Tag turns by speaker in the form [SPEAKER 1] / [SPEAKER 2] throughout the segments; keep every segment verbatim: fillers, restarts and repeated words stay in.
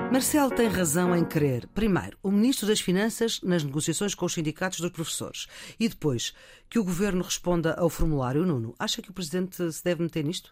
[SPEAKER 1] Marcelo tem razão em querer, primeiro, o Ministro das Finanças nas negociações com os sindicatos dos professores e depois que o Governo responda ao formulário. Nuno, acha que o Presidente se deve meter nisto?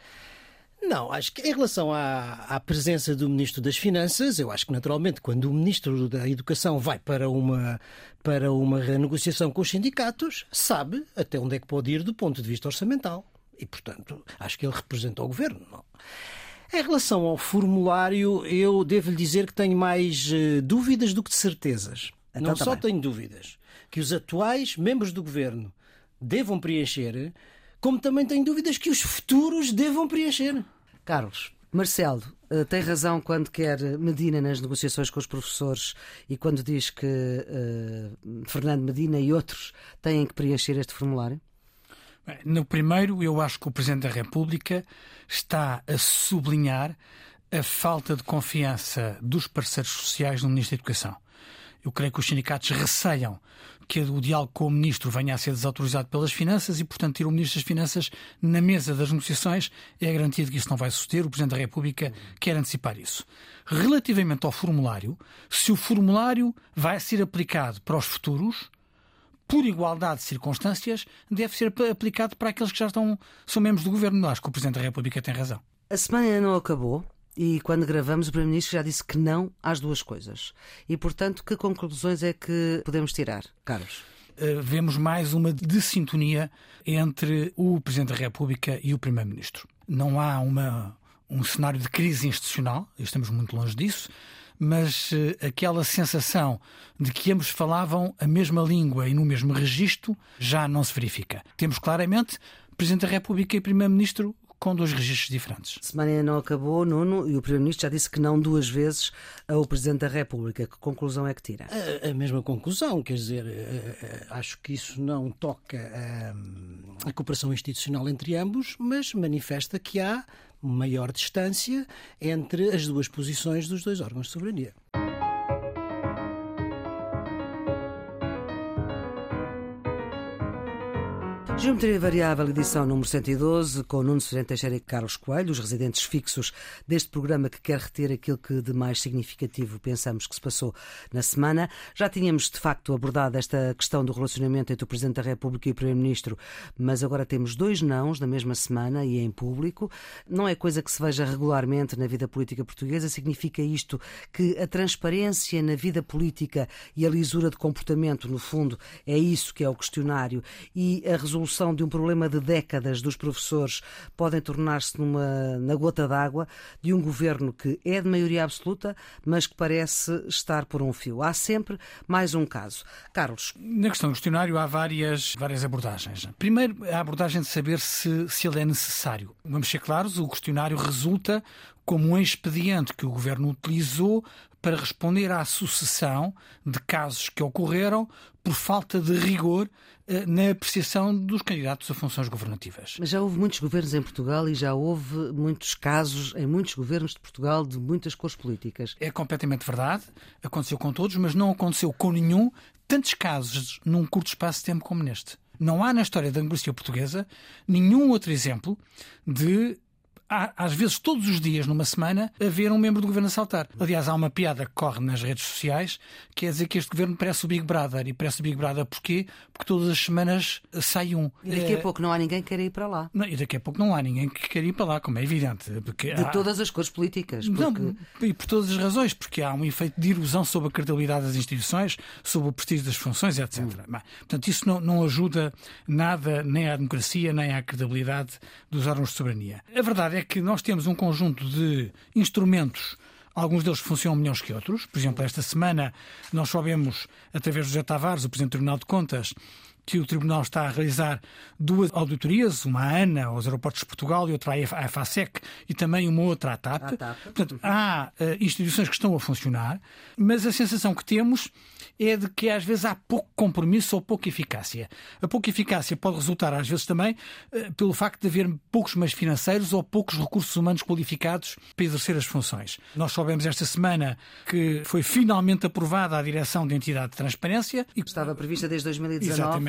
[SPEAKER 2] Não, acho que em relação à, à presença do Ministro das Finanças, eu acho que naturalmente quando o Ministro da Educação vai para uma, para uma renegociação com os sindicatos, sabe até onde é que pode ir do ponto de vista orçamental. E, portanto, acho que ele representa o Governo. Não. Em relação ao formulário, eu devo-lhe dizer que tenho mais uh, dúvidas do que certezas.
[SPEAKER 1] Então,
[SPEAKER 2] não
[SPEAKER 1] tá
[SPEAKER 2] só
[SPEAKER 1] bem.
[SPEAKER 2] tenho dúvidas que os atuais membros do Governo devam preencher, como também tenho dúvidas que os futuros devam preencher.
[SPEAKER 1] Carlos, Marcelo uh, tem razão quando quer Medina nas negociações com os professores e quando diz que uh, Fernando Medina e outros têm que preencher este formulário?
[SPEAKER 3] Bem, no primeiro, eu acho que o Presidente da República está a sublinhar a falta de confiança dos parceiros sociais no Ministro da Educação. Eu creio que os sindicatos receiam que o diálogo com o Ministro venha a ser desautorizado pelas Finanças e, portanto, ter o Ministro das Finanças na mesa das negociações é a garantia de que isso não vai suceder. O Presidente da República quer antecipar isso. Relativamente ao formulário, se o formulário vai ser aplicado para os futuros, por igualdade de circunstâncias, deve ser aplicado para aqueles que já estão, são membros do Governo. Acho que o Presidente da República tem razão.
[SPEAKER 1] A semana ainda não acabou e quando gravamos o Primeiro-Ministro já disse que não às duas coisas. E, portanto, que conclusões é que podemos tirar, Carlos?
[SPEAKER 3] Uh, vemos mais uma dessintonia entre o Presidente da República e o Primeiro-Ministro. Não há uma, um cenário de crise institucional, estamos muito longe disso, mas uh, aquela sensação de que ambos falavam a mesma língua e no mesmo registro já não se verifica. Temos claramente Presidente da República e Primeiro-Ministro com dois registros diferentes.
[SPEAKER 1] A semana ainda não acabou, Nuno, e o Primeiro-Ministro já disse que não duas vezes ao Presidente da República. Que conclusão é que tira?
[SPEAKER 2] A, a mesma conclusão, quer dizer, acho que isso não toca a, a cooperação institucional entre ambos, mas manifesta que há maior distância entre as duas posições dos dois órgãos de soberania.
[SPEAKER 1] Geometria Variável, edição número cento e doze, com Nuno Severino Teixeira e Carlos Coelho, os residentes fixos deste programa que quer reter aquilo que de mais significativo pensamos que se passou na semana. Já tínhamos, de facto, abordado esta questão do relacionamento entre o Presidente da República e o Primeiro-Ministro, mas agora temos dois nãos na mesma semana e em público. Não é coisa que se veja regularmente na vida política portuguesa. Significa isto que a transparência na vida política e a lisura de comportamento, no fundo, é isso que é o questionário, e a resolução de um problema de décadas dos professores podem tornar-se numa, na gota d'água de um governo que é de maioria absoluta, mas que parece estar por um fio. Há sempre mais um caso. Carlos.
[SPEAKER 3] Na questão do questionário há várias, várias abordagens. Primeiro, a abordagem de saber se, se ele é necessário. Vamos ser claros, o questionário resulta como um expediente que o Governo utilizou para responder à sucessão de casos que ocorreram por falta de rigor eh, na apreciação dos candidatos a funções governativas.
[SPEAKER 1] Mas já houve muitos governos em Portugal e já houve muitos casos em muitos governos de Portugal de muitas cores políticas.
[SPEAKER 3] É completamente verdade, aconteceu com todos, mas não aconteceu com nenhum tantos casos num curto espaço de tempo como neste. Não há na história da democracia portuguesa nenhum outro exemplo de... Há, às vezes, todos os dias, numa semana, haver um membro do governo a saltar. Aliás, há uma piada que corre nas redes sociais, que é dizer que este governo parece o Big Brother. E parece o Big Brother porquê? Porque todas as semanas sai um.
[SPEAKER 1] E daqui a pouco não há ninguém que queira ir para lá.
[SPEAKER 3] Não, e daqui a pouco não há ninguém que queira ir para lá, como é evidente. Porque
[SPEAKER 1] de
[SPEAKER 3] há...
[SPEAKER 1] todas as cores políticas. Porque...
[SPEAKER 3] Não, e por todas as razões. Porque há um efeito de erosão sobre a credibilidade das instituições, sobre o prestígio das funções, etcétera. Hum. Portanto, isso não, não ajuda nada nem à democracia, nem à credibilidade dos órgãos de soberania. A verdade é que nós temos um conjunto de instrumentos, alguns deles funcionam melhores que outros. Por exemplo, esta semana nós soubemos, através do José Tavares, o Presidente do Tribunal de Contas, que o Tribunal está a realizar duas auditorias, uma à ANA, aos aeroportos de Portugal, e outra à FASEC, e também uma outra à TAP.
[SPEAKER 1] À TAP.
[SPEAKER 3] Portanto, há uh, instituições que estão a funcionar, mas a sensação que temos é de que às vezes há pouco compromisso ou pouca eficácia. A pouca eficácia pode resultar às vezes também uh, pelo facto de haver poucos meios financeiros ou poucos recursos humanos qualificados para exercer as funções. Nós soubemos esta semana que foi finalmente aprovada a direção de entidade de transparência.
[SPEAKER 1] E que estava prevista desde dois mil e dezanove.
[SPEAKER 3] Exatamente.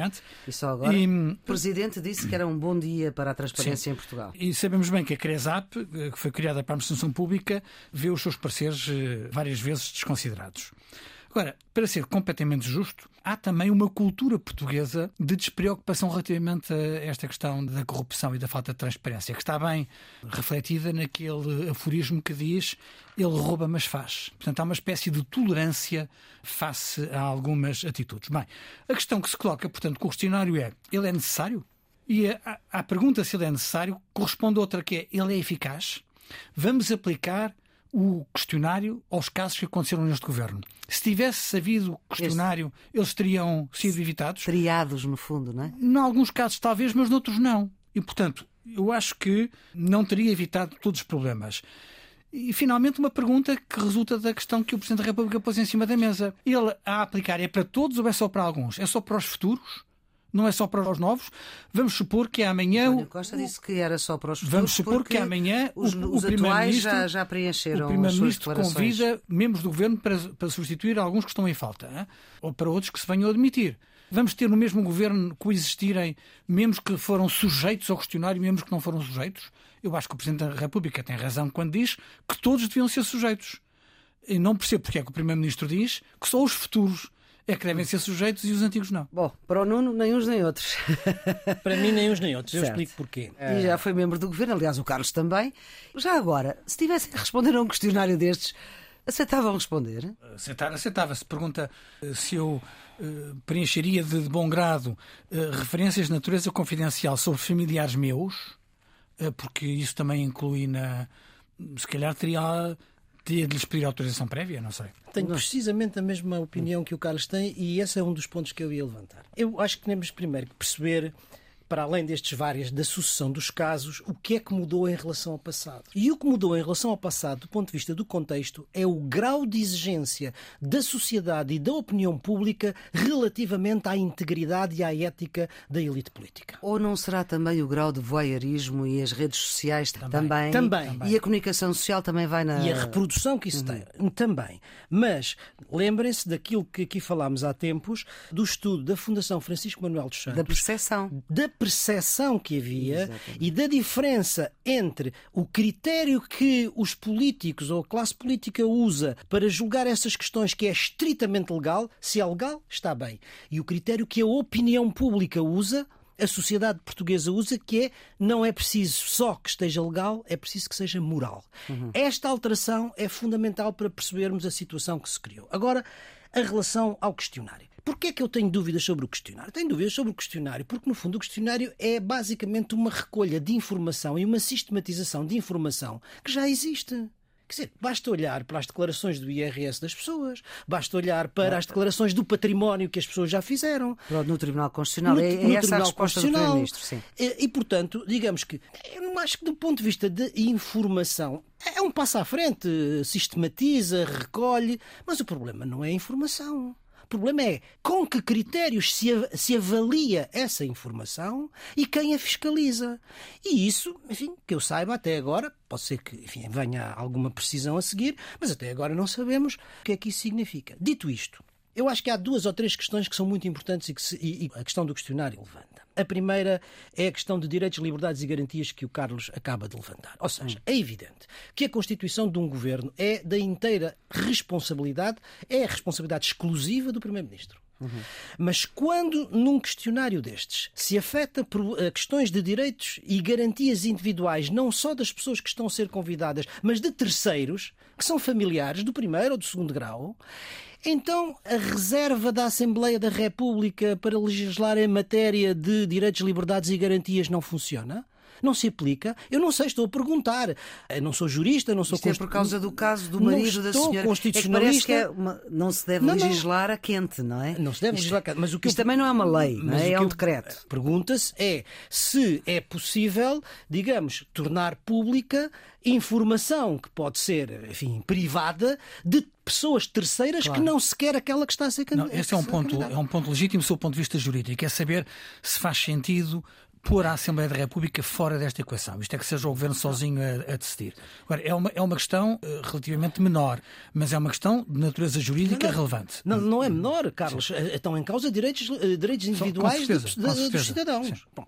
[SPEAKER 3] Exatamente.
[SPEAKER 1] E só agora, e, o Presidente disse que era um bom dia para a transparência sim. em Portugal.
[SPEAKER 3] E sabemos bem que a CRESAP, que foi criada para a administração pública, vê os seus pareceres várias vezes desconsiderados. Agora, para ser completamente justo, há também uma cultura portuguesa de despreocupação relativamente a esta questão da corrupção e da falta de transparência, que está bem refletida naquele aforismo que diz ele rouba, mas faz. Portanto, há uma espécie de tolerância face a algumas atitudes. Bem, a questão que se coloca, portanto, com o questionário é, ele é necessário? E a, a pergunta se ele é necessário corresponde a outra que é, ele é eficaz? Vamos aplicar o questionário aos casos que aconteceram neste governo. Se tivesse havido questionário, este... eles teriam sido evitados?
[SPEAKER 1] Triados, no fundo, não é?
[SPEAKER 3] Em alguns casos, talvez, mas noutros não. E, portanto, eu acho que não teria evitado todos os problemas. E, finalmente, uma pergunta que resulta da questão que o Presidente da República pôs em cima da mesa. Ele, a aplicar, é para todos ou é só para alguns? É só para os futuros? Não é só para os novos? Vamos supor que amanhã...
[SPEAKER 1] António Costa disse que era só para os futuros.
[SPEAKER 3] Vamos supor que amanhã
[SPEAKER 1] os,
[SPEAKER 3] o,
[SPEAKER 1] os
[SPEAKER 3] o
[SPEAKER 1] atuais já, já preencheram
[SPEAKER 3] o Primeiro-Ministro convida membros do Governo para, para substituir alguns que estão em falta, hein? Ou para outros que se venham a admitir. Vamos ter no mesmo Governo coexistirem membros que foram sujeitos ao questionário e membros que não foram sujeitos? Eu acho que o Presidente da República tem razão quando diz que todos deviam ser sujeitos. E não percebo porque é que o Primeiro-Ministro diz que só os futuros é que devem ser sujeitos e os antigos não.
[SPEAKER 1] Bom, para o Nuno, nem uns nem outros.
[SPEAKER 2] Para mim, nem uns nem outros. Eu
[SPEAKER 1] certo.
[SPEAKER 2] explico porquê.
[SPEAKER 1] E já foi membro do Governo, aliás, o Carlos também. Já agora, se tivessem a responder a um questionário destes, aceitavam responder?
[SPEAKER 3] Aceitar, aceitava. Se pergunta se eu uh, preencheria de, de bom grado uh, referências de natureza confidencial sobre familiares meus, uh, porque isso também inclui na... Se calhar teria... Teria de lhes pedir autorização prévia, não sei.
[SPEAKER 2] Tenho precisamente a mesma opinião que o Carlos tem e esse é um dos pontos que eu ia levantar. Eu acho que temos primeiro que perceber, para além destes vários, da sucessão dos casos, o que é que mudou em relação ao passado. E o que mudou em relação ao passado, do ponto de vista do contexto, é o grau de exigência da sociedade e da opinião pública relativamente à integridade e à ética da elite política.
[SPEAKER 1] Ou não será também o grau de voyeurismo e as redes sociais também?
[SPEAKER 2] Também. também.
[SPEAKER 1] E a comunicação social também vai na...
[SPEAKER 2] E a reprodução que isso uhum. tem também. Mas lembrem-se daquilo que aqui falámos há tempos, do estudo da Fundação Francisco Manuel dos Santos.
[SPEAKER 1] Da percepção.
[SPEAKER 2] Da percepção que havia Exatamente. E da diferença entre o critério que os políticos ou a classe política usa para julgar essas questões, que é estritamente legal, se é legal, está bem, e o critério que a opinião pública usa, a sociedade portuguesa usa, que é não é preciso só que esteja legal, é preciso que seja moral. Uhum. Esta alteração é fundamental para percebermos a situação que se criou. Agora, a relação ao questionário. Porquê é que eu tenho dúvidas sobre o questionário? Tenho dúvidas sobre o questionário porque, no fundo, o questionário é basicamente uma recolha de informação e uma sistematização de informação que já existe. Quer dizer, basta olhar para as declarações do I R S das pessoas, basta olhar para as declarações do património que as pessoas já fizeram.
[SPEAKER 1] No Tribunal Constitucional.
[SPEAKER 2] No,
[SPEAKER 1] é, é
[SPEAKER 2] no
[SPEAKER 1] essa
[SPEAKER 2] Tribunal
[SPEAKER 1] a resposta do Primeiro-Ministro, sim.
[SPEAKER 2] E, e, portanto, digamos que, eu não acho que do ponto de vista de informação, é um passo à frente, sistematiza, recolhe, mas o problema não é a informação. O problema é com que critérios se, se avalia essa informação e quem a fiscaliza. E isso, enfim, que eu saiba até agora, pode ser que enfim, venha alguma precisão a seguir, mas até agora não sabemos o que é que isso significa. Dito isto, eu acho que há duas ou três questões que são muito importantes e que se, e, e a questão do questionário levanta. A primeira é a questão de direitos, liberdades e garantias que o Carlos acaba de levantar. Ou seja, é evidente que a constituição de um governo é da inteira responsabilidade, é a responsabilidade exclusiva do Primeiro-Ministro. Uhum. Mas quando num questionário destes se afeta por questões de direitos e garantias individuais, não só das pessoas que estão a ser convidadas, mas de terceiros, que são familiares do primeiro ou do segundo grau, então a reserva da Assembleia da República para legislar em matéria de direitos, liberdades e garantias não funciona? Não se aplica? Eu não sei, estou a perguntar. Eu não sou jurista, não sou...
[SPEAKER 1] Isto const... é por causa do caso do marido da senhora.
[SPEAKER 2] Constitucionalista.
[SPEAKER 1] É que parece que é uma... não se deve não, legislar não. a quente, não é?
[SPEAKER 2] Não se deve
[SPEAKER 1] isto,
[SPEAKER 2] legislar a quente. Mas o que
[SPEAKER 1] isto
[SPEAKER 2] eu...
[SPEAKER 1] também não é uma lei, não é? É um decreto.
[SPEAKER 2] Pergunta-se é se é possível, digamos, tornar pública informação que pode ser, enfim, privada de pessoas terceiras claro. Que não sequer aquela que está a ser candidata.
[SPEAKER 3] Esse é um ponto, é um ponto legítimo do seu ponto de vista jurídico. É saber se faz sentido pôr a Assembleia da República fora desta equação. Isto é que seja o Governo sozinho a, a decidir. Agora, é uma, é uma questão uh, relativamente menor, mas é uma questão de natureza jurídica
[SPEAKER 2] não, não,
[SPEAKER 3] relevante.
[SPEAKER 2] Não, não é menor, Carlos. Sim. Estão em causa direitos, direitos individuais
[SPEAKER 3] certeza,
[SPEAKER 2] dos, de, dos cidadãos. Bom,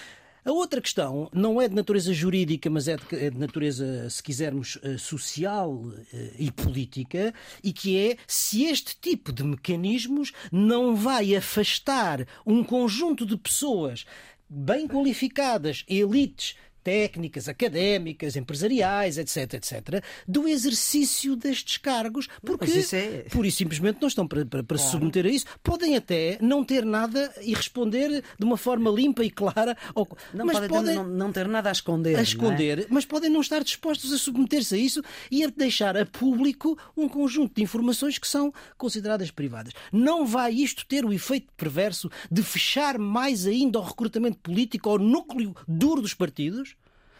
[SPEAKER 2] a outra questão não é de natureza jurídica, mas é de, é de natureza, se quisermos, social e política, e que é se este tipo de mecanismos não vai afastar um conjunto de pessoas bem qualificadas, elites técnicas, académicas, empresariais, etc, etcétera, do exercício destes cargos, porque
[SPEAKER 1] isso é...
[SPEAKER 2] pura e simplesmente não estão para, para, para claro. se submeter a isso. Podem até não ter nada e responder de uma forma limpa e clara. Ou...
[SPEAKER 1] Não,
[SPEAKER 2] mas
[SPEAKER 1] podem,
[SPEAKER 2] podem
[SPEAKER 1] não, não ter nada a esconder.
[SPEAKER 2] A esconder,
[SPEAKER 1] não é?
[SPEAKER 2] Mas podem não estar dispostos a submeter-se a isso e a deixar a público um conjunto de informações que são consideradas privadas. Não vai isto ter o efeito perverso de fechar mais ainda o recrutamento político ao núcleo duro dos partidos?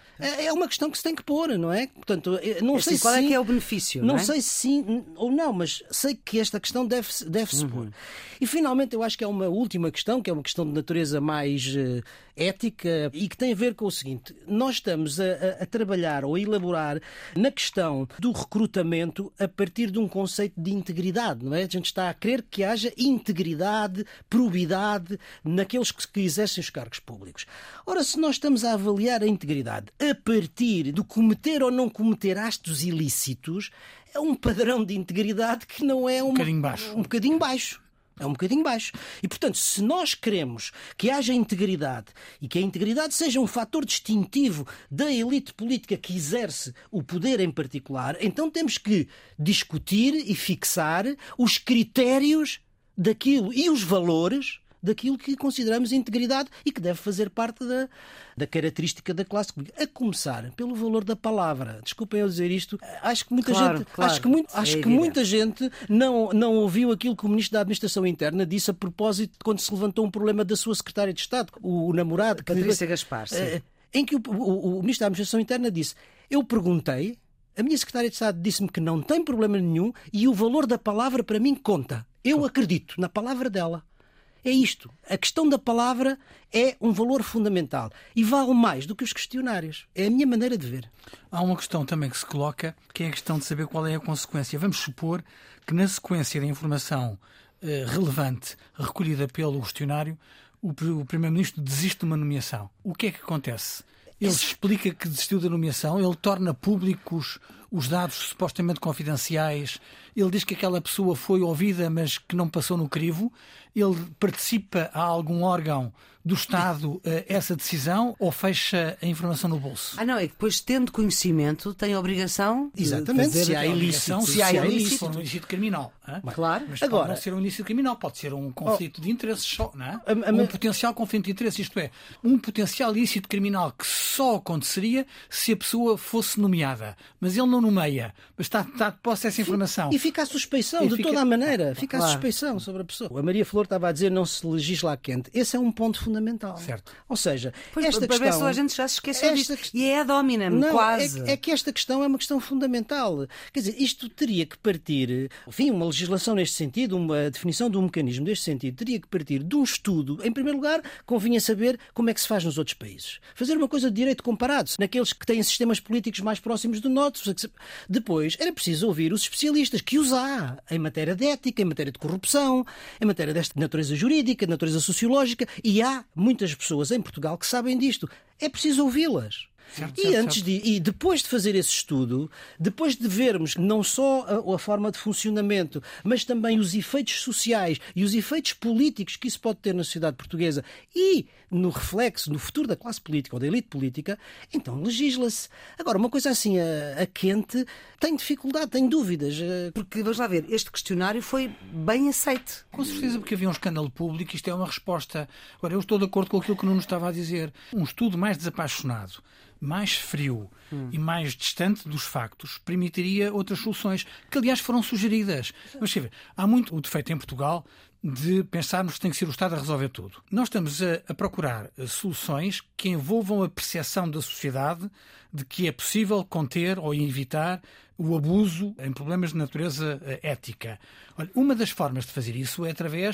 [SPEAKER 2] É uma questão que se tem que pôr, não é? Portanto, não
[SPEAKER 1] é
[SPEAKER 2] sei
[SPEAKER 1] assim, qual
[SPEAKER 2] se
[SPEAKER 1] é
[SPEAKER 2] sim,
[SPEAKER 1] que é o benefício?
[SPEAKER 2] Não,
[SPEAKER 1] não é?
[SPEAKER 2] sei se sim ou não, mas sei que esta questão deve-se deve-se uhum. pôr. E finalmente eu acho que é uma última questão, que é uma questão de natureza mais uh, ética e que tem a ver com o seguinte: nós estamos a, a, a trabalhar ou a elaborar na questão do recrutamento a partir de um conceito de integridade, não é? A gente está a querer que haja integridade, probidade naqueles que, que exercem os cargos públicos. Ora, se nós estamos a avaliar a integridade a partir do cometer ou não cometer atos ilícitos, é um padrão de integridade que não é uma,
[SPEAKER 3] um bocadinho baixo.
[SPEAKER 2] Um bocadinho baixo. É um bocadinho baixo. E, portanto, se nós queremos que haja integridade e que a integridade seja um fator distintivo da elite política que exerce o poder em particular, então temos que discutir e fixar os critérios daquilo e os valores daquilo que consideramos integridade e que deve fazer parte da, da característica da classe política. A começar pelo valor da palavra. Desculpem eu dizer isto. Acho que muita
[SPEAKER 1] claro,
[SPEAKER 2] gente,
[SPEAKER 1] claro,
[SPEAKER 2] acho que, muito, acho
[SPEAKER 1] é
[SPEAKER 2] que muita gente não, não ouviu aquilo que o Ministro da Administração Interna disse a propósito quando se levantou um problema da sua Secretária de Estado, o, o namorado.
[SPEAKER 1] Patrícia que, Gaspar, sim.
[SPEAKER 2] Uh, em que o, o, o Ministro da Administração Interna disse: eu perguntei, a minha Secretária de Estado disse-me que não tem problema nenhum e o valor da palavra para mim conta. Eu acredito na palavra dela. É isto. A questão da palavra é um valor fundamental e vale mais do que os questionários. É a minha maneira de ver.
[SPEAKER 3] Há uma questão também que se coloca, que é a questão de saber qual é a consequência. Vamos supor que na sequência da informação eh, relevante recolhida pelo questionário, o, o Primeiro-Ministro desiste de uma nomeação. O que é que acontece? Ele explica que desistiu da nomeação, ele torna públicos os dados supostamente confidenciais, ele diz que aquela pessoa foi ouvida, mas que não passou no crivo, ele participa a algum órgão do Estado essa decisão ou fecha a informação no bolso?
[SPEAKER 1] Ah, não, é que depois, tendo conhecimento, tem a obrigação de
[SPEAKER 2] Exatamente,
[SPEAKER 1] fazer
[SPEAKER 2] se há ilícito.
[SPEAKER 3] Se, se há ilícito, se for um ilícito criminal. Hein?
[SPEAKER 1] Claro.
[SPEAKER 3] Mas
[SPEAKER 2] agora,
[SPEAKER 3] pode não ser um ilícito criminal, pode ser um conflito oh, de interesses só, não é?
[SPEAKER 2] A, a,
[SPEAKER 3] um
[SPEAKER 2] a,
[SPEAKER 3] potencial conflito de interesses, isto é, um potencial ilícito criminal que só aconteceria se a pessoa fosse nomeada. Mas ele não nomeia, mas está, está de posse essa informação.
[SPEAKER 2] E fica a suspeição,
[SPEAKER 3] e
[SPEAKER 2] de
[SPEAKER 3] fica...
[SPEAKER 2] toda a maneira. Fica
[SPEAKER 1] claro.
[SPEAKER 2] a suspeição sobre a pessoa. A Maria Flor estava a dizer não se legisla a quente. Esse é um ponto fundamental.
[SPEAKER 3] Certo.
[SPEAKER 2] Ou seja,
[SPEAKER 1] pois,
[SPEAKER 2] esta
[SPEAKER 1] para
[SPEAKER 2] questão...
[SPEAKER 1] ver se a gente já se esqueceu
[SPEAKER 2] esta...
[SPEAKER 1] disto. E é a domina
[SPEAKER 2] não,
[SPEAKER 1] quase.
[SPEAKER 2] É, é que esta questão é uma questão fundamental. Quer dizer, isto teria que partir... Enfim, uma legislação neste sentido, uma definição de um mecanismo deste sentido, teria que partir de um estudo. Em primeiro lugar, convinha saber como é que se faz nos outros países. Fazer uma coisa de direito comparado, naqueles que têm sistemas políticos mais próximos do nosso. Depois, era preciso ouvir os especialistas, que os há em matéria de ética, em matéria de corrupção, em matéria desta natureza jurídica, natureza sociológica, e há muitas pessoas em Portugal que sabem disto. É preciso ouvi-las.
[SPEAKER 3] Certo,
[SPEAKER 2] e,
[SPEAKER 3] certo,
[SPEAKER 2] antes
[SPEAKER 3] certo.
[SPEAKER 2] De, e depois de fazer esse estudo, depois de vermos não só a, a forma de funcionamento, mas também os efeitos sociais e os efeitos políticos que isso pode ter na sociedade portuguesa e no reflexo, no futuro da classe política ou da elite política, então legisla-se. Agora, uma coisa assim a, a quente, tem dificuldade, tem dúvidas.
[SPEAKER 1] Porque, vamos lá ver, este questionário foi bem aceito.
[SPEAKER 3] Com certeza, porque havia um escândalo público, isto é uma resposta. Agora, eu estou de acordo com aquilo que o Nuno estava a dizer. Um estudo mais desapaixonado, mais frio hum. e mais distante dos factos permitiria outras soluções, que aliás foram sugeridas. Mas, ver, há muito o defeito em Portugal de pensarmos que tem que ser o Estado a resolver tudo. Nós estamos a, a procurar soluções que envolvam a percepção da sociedade de que é possível conter ou evitar o abuso em problemas de natureza ética. Olha, uma das formas de fazer isso é através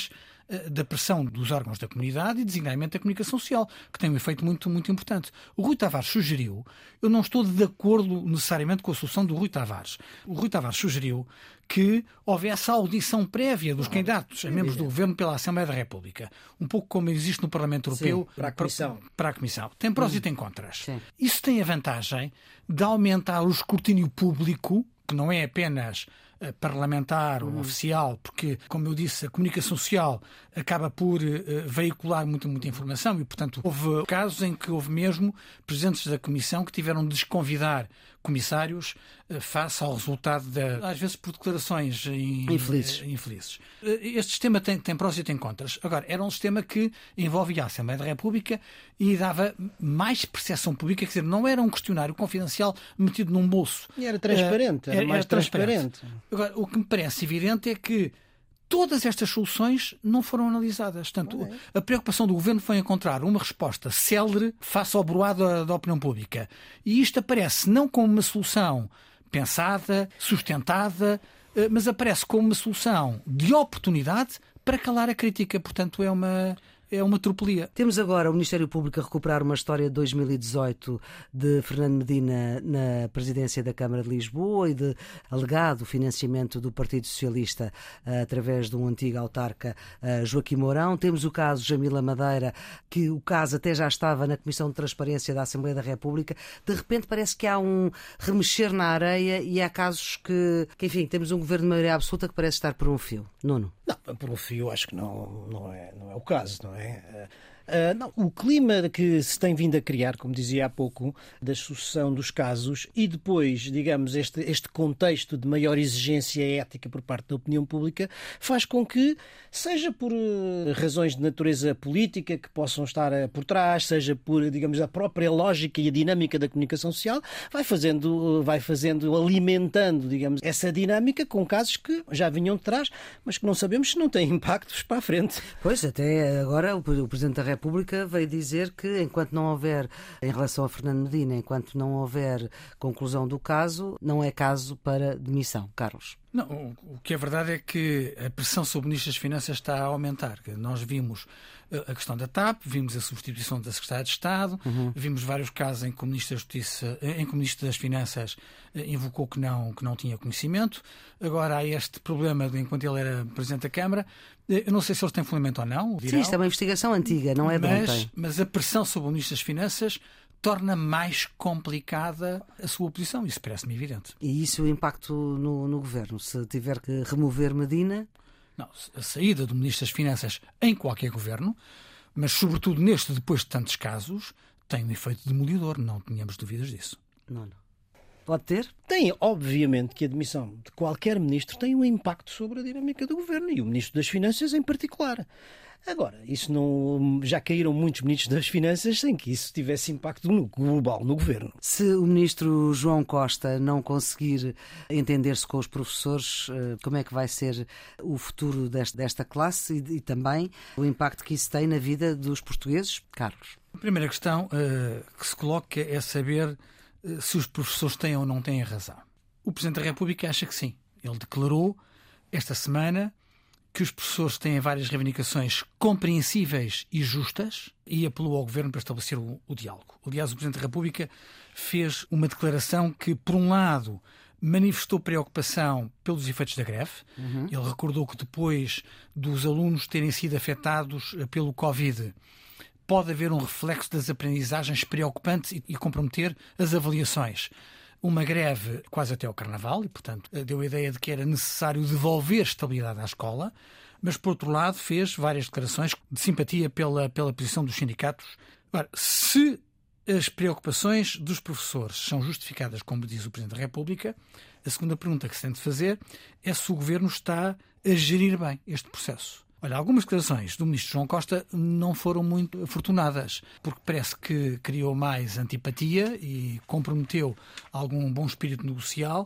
[SPEAKER 3] da pressão dos órgãos da comunidade e, designadamente, da comunicação social, que tem um efeito muito, muito importante. O Rui Tavares sugeriu, eu não estou de acordo necessariamente com a solução do Rui Tavares. O Rui Tavares sugeriu que houvesse a audição prévia dos candidatos a membros do Governo pela Assembleia da República. Um pouco como existe no Parlamento Europeu.
[SPEAKER 2] Sim, para a Comissão.
[SPEAKER 3] Para, para a Comissão. Tem prós hum. e tem contras.
[SPEAKER 1] Sim.
[SPEAKER 3] Isso tem a vantagem de aumentar o escrutínio público, que não é apenas parlamentar ou uhum. oficial, porque, como eu disse, a comunicação social acaba por uh, veicular muita, muita informação e, portanto, houve casos em que houve mesmo presidentes da Comissão que tiveram de desconvidar comissários uh, face ao resultado, da, às vezes por declarações in,
[SPEAKER 1] infelizes.
[SPEAKER 3] Uh, infelizes. Uh, este sistema tem, tem prós e tem contras. Agora, era um sistema que envolvia a Assembleia da República e dava mais percepção pública, quer dizer, não era um questionário confidencial metido num bolso.
[SPEAKER 2] E era transparente, uh, era, era mais era transparente. transparente.
[SPEAKER 3] Agora, o que me parece evidente é que todas estas soluções não foram analisadas. Portanto, é. a preocupação do Governo foi encontrar uma resposta célere face ao broado da, da opinião pública. E isto aparece não como uma solução pensada, sustentada, mas aparece como uma solução de oportunidade para calar a crítica. Portanto, é uma... É uma tropelia.
[SPEAKER 1] Temos agora o Ministério Público a recuperar uma história de dois mil e dezoito de Fernando Medina na presidência da Câmara de Lisboa e de alegado financiamento do Partido Socialista uh, através de um antigo autarca, uh, Joaquim Mourão. Temos o caso Jamila Madeira, que o caso até já estava na Comissão de Transparência da Assembleia da República. De repente parece que há um remexer na areia e há casos que, que enfim, temos um governo de maioria absoluta que parece estar por um fio. Nuno?
[SPEAKER 2] Não, por um fio acho que não, não, é, não é o caso, não é? Uh, não, o clima que se tem vindo a criar, como dizia há pouco, da sucessão dos casos e depois, digamos, este, este contexto de maior exigência ética por parte da opinião pública faz com que, seja por uh, razões de natureza política que possam estar uh, por trás, seja por, digamos, a própria lógica e a dinâmica da comunicação social, vai fazendo, uh, vai fazendo, alimentando, digamos, essa dinâmica com casos que já vinham de trás, mas que não sabemos se não têm impactos para a frente.
[SPEAKER 1] Pois, até agora o, o Presidente da República veio dizer que enquanto não houver, em relação a Fernando Medina, enquanto não houver conclusão do caso, não é caso para demissão. Carlos?
[SPEAKER 3] Não, o que é verdade é que a pressão sobre o Ministro das Finanças está a aumentar. Nós vimos a questão da T A P, vimos a substituição da Secretária de Estado, uhum. vimos vários casos em que o Ministro da Justiça, em que o Ministro das Finanças invocou que não, que não tinha conhecimento. Agora há este problema de enquanto ele era Presidente da Câmara. Eu não sei se eles têm fundamento ou não.
[SPEAKER 1] Sim, isto é uma investigação antiga, não é de
[SPEAKER 3] mas,
[SPEAKER 1] ontem.
[SPEAKER 3] Mas a pressão sobre o Ministro das Finanças torna mais complicada a sua posição. Isso parece-me evidente.
[SPEAKER 1] E isso o impacto no, no Governo? Se tiver que remover Medina?
[SPEAKER 3] Não, a saída do Ministro das Finanças em qualquer Governo, mas sobretudo neste, depois de tantos casos, tem um efeito demolidor. Não tenhamos dúvidas disso.
[SPEAKER 1] Não, não. Pode ter?
[SPEAKER 2] Tem, obviamente, que a demissão de qualquer ministro tem um impacto sobre a dinâmica do Governo e o Ministro das Finanças em particular. Agora, isso não, já caíram muitos ministros das Finanças sem que isso tivesse impacto no, global no Governo.
[SPEAKER 1] Se o ministro João Costa não conseguir entender-se com os professores, como é que vai ser o futuro desta, desta classe e, e também o impacto que isso tem na vida dos portugueses? Carlos?
[SPEAKER 3] A primeira questão uh, que se coloca é saber uh, se os professores têm ou não têm razão. O Presidente da República acha que sim. Ele declarou esta semana que os professores têm várias reivindicações compreensíveis e justas e apelou ao Governo para estabelecer o, o diálogo. Aliás, o Presidente da República fez uma declaração que, por um lado, manifestou preocupação pelos efeitos da greve. Uhum. Ele recordou que depois dos alunos terem sido afetados pelo Covid, pode haver um reflexo das aprendizagens preocupantes e, e comprometer as avaliações. Uma greve quase até ao Carnaval e, portanto, deu a ideia de que era necessário devolver estabilidade à escola, mas, por outro lado, fez várias declarações de simpatia pela, pela posição dos sindicatos. Agora, se as preocupações dos professores são justificadas, como diz o Presidente da República, a segunda pergunta que se tem de fazer é se o Governo está a gerir bem este processo. Olha, algumas declarações do Ministro João Costa não foram muito afortunadas, porque parece que criou mais antipatia e comprometeu algum bom espírito negocial.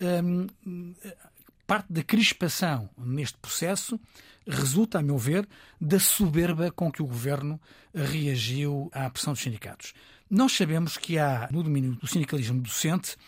[SPEAKER 3] Hum, parte da crispação neste processo resulta, a meu ver, da soberba com que o Governo reagiu à pressão dos sindicatos. Nós sabemos que há, no domínio do sindicalismo docente,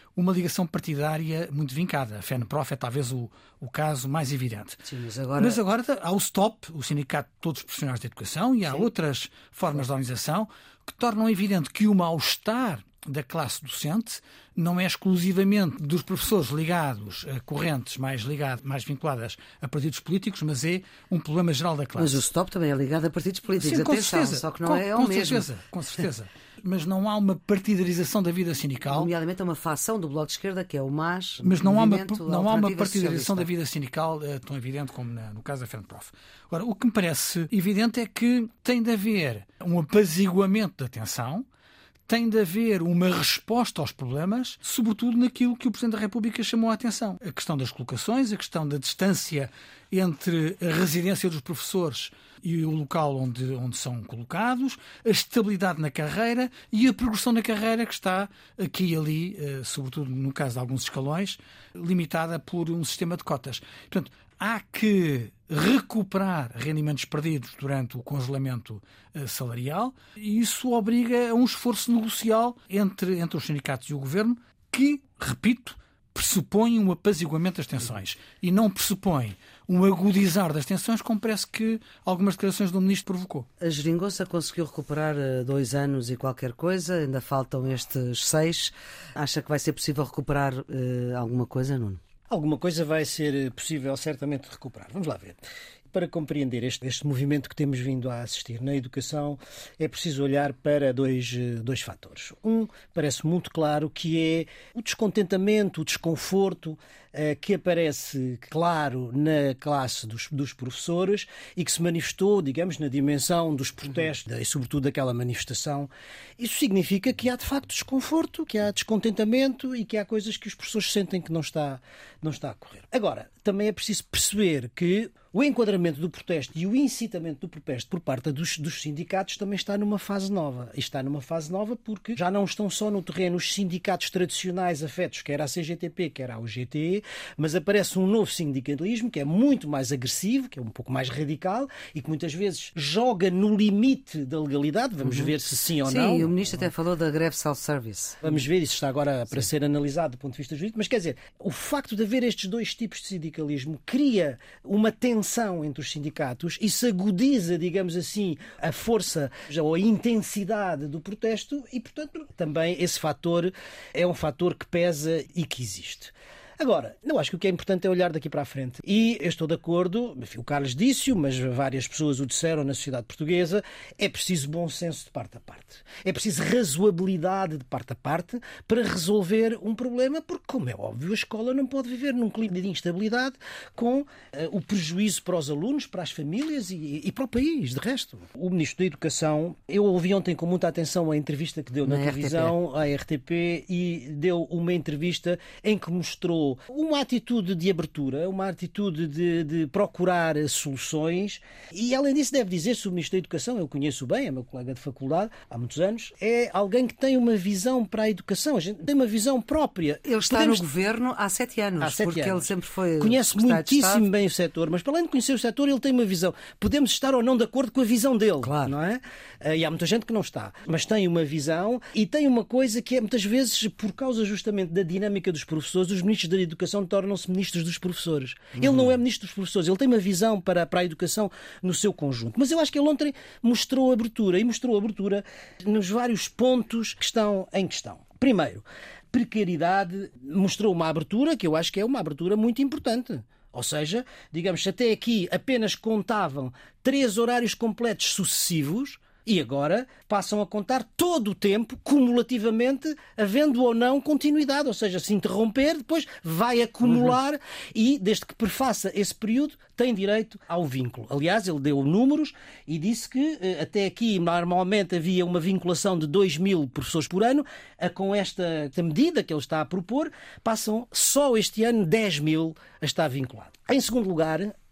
[SPEAKER 3] uma ligação partidária muito vincada. A FENPROF é talvez o, o caso mais evidente.
[SPEAKER 1] Sim, mas, agora...
[SPEAKER 3] mas agora há o STOP, o Sindicato de Todos os Profissionais de Educação, e há Sim. outras formas de organização que tornam evidente que o mal-estar da classe docente não é exclusivamente dos professores ligados a correntes mais, ligadas, mais vinculadas a partidos políticos, mas é um problema geral da classe.
[SPEAKER 1] Mas o STOP também é ligado a partidos políticos.
[SPEAKER 3] Sim, com
[SPEAKER 1] Atenção,
[SPEAKER 3] certeza.
[SPEAKER 1] Só que não
[SPEAKER 3] com,
[SPEAKER 1] é
[SPEAKER 3] com
[SPEAKER 1] o mesmo.
[SPEAKER 3] Certeza, com certeza. Mas não há uma partidarização da vida sindical.
[SPEAKER 1] Nomeadamente, é uma facção do Bloco de Esquerda que é o MAS.
[SPEAKER 3] Mas não há uma, não há uma partidarização da vida sindical uh, tão evidente como na, no caso da FENPROF. Agora, o que me parece evidente é que tem de haver um apaziguamento da tensão, tem de haver uma resposta aos problemas, sobretudo naquilo que o Presidente da República chamou a atenção. A questão das colocações, a questão da distância entre a residência dos professores e o local onde, onde são colocados, a estabilidade na carreira e a progressão na carreira que está aqui e ali, sobretudo no caso de alguns escalões, limitada por um sistema de cotas. Portanto, há que recuperar rendimentos perdidos durante o congelamento salarial e isso obriga a um esforço negocial entre, entre os sindicatos e o governo que, repito, pressupõe um apaziguamento das tensões e não pressupõe um agudizar das tensões, como parece que algumas declarações do Ministro provocou.
[SPEAKER 1] A Geringonça conseguiu recuperar dois anos e qualquer coisa, ainda faltam estes seis. Acha que vai ser possível recuperar uh, alguma coisa, Nuno?
[SPEAKER 2] Alguma coisa vai ser possível certamente recuperar. Vamos lá ver. Para compreender este, este movimento que temos vindo a assistir na educação, é preciso olhar para dois, dois fatores. Um, parece muito claro, que é o descontentamento, o desconforto eh, que aparece claro na classe dos, dos professores e que se manifestou, digamos, na dimensão dos protestos e, sobretudo, daquela manifestação. Isso significa que há, de facto, desconforto, que há descontentamento e que há coisas que os professores sentem que não está, não está a correr. Agora, também é preciso perceber que o enquadramento do protesto e o incitamento do protesto por parte dos, dos sindicatos também está numa fase nova. E está numa fase nova porque já não estão só no terreno os sindicatos tradicionais afetos, quer a C G T P, quer a U G T E, mas aparece um novo sindicalismo que é muito mais agressivo, que é um pouco mais radical e que muitas vezes joga no limite da legalidade. Vamos uhum. ver se sim ou
[SPEAKER 1] sim,
[SPEAKER 2] não.
[SPEAKER 1] Sim, o Ministro até falou da greve self-service.
[SPEAKER 2] Vamos ver, isso está agora para sim. ser analisado do ponto de vista jurídico, mas quer dizer, o facto de haver estes dois tipos de sindicalismo cria uma tensão entre os sindicatos e se agudiza, digamos assim, a força ou a intensidade do protesto e, portanto, também esse fator é um fator que pesa e que existe. Agora, não acho que o que é importante é olhar daqui para a frente. E eu estou de acordo, enfim, o Carlos disse-o, mas várias pessoas o disseram na sociedade portuguesa, é preciso bom senso de parte a parte. É preciso razoabilidade de parte a parte para resolver um problema, porque, como é óbvio, a escola não pode viver num clima de instabilidade com uh, o prejuízo para os alunos, para as famílias e, e para o país, de resto. O Ministro da Educação, eu ouvi ontem com muita atenção a entrevista que deu na, na televisão, à R T P, e deu uma entrevista em que mostrou uma atitude de abertura, uma atitude de, de procurar soluções e, além disso, deve dizer-se o Ministro da Educação, eu conheço bem, é meu colega de faculdade há muitos anos, é alguém que tem uma visão para a educação, a gente tem uma visão própria.
[SPEAKER 1] Ele está Podemos... no governo há sete anos, há sete porque anos. Ele sempre foi...
[SPEAKER 2] Conhece muitíssimo bem o setor, mas para além de conhecer o setor, ele tem uma visão. Podemos estar ou não de acordo com a visão dele,
[SPEAKER 1] claro.
[SPEAKER 2] Não é? E há muita gente que não está, mas tem uma visão e tem uma coisa que é, muitas vezes, por causa justamente da dinâmica dos professores, os ministros da Educação tornam-se ministros dos professores. Uhum. Ele não é ministro dos professores, ele tem uma visão para, para a educação no seu conjunto. Mas eu acho que ele ontem mostrou abertura, e mostrou abertura nos vários pontos que estão em questão. Primeiro, precariedade, mostrou uma abertura que eu acho que é uma abertura muito importante. Ou seja, digamos, até aqui apenas contavam três horários completos sucessivos, e agora passam a contar todo o tempo, cumulativamente, havendo ou não continuidade. Ou seja, se interromper, depois vai acumular uhum. e, desde que perfaça esse período, tem direito ao vínculo. Aliás, ele deu números e disse que até aqui, normalmente, havia uma vinculação de dois mil professores por ano. Com esta, esta medida que ele está a propor, passam só este ano dez mil a estar vinculado. Em segundo lugar,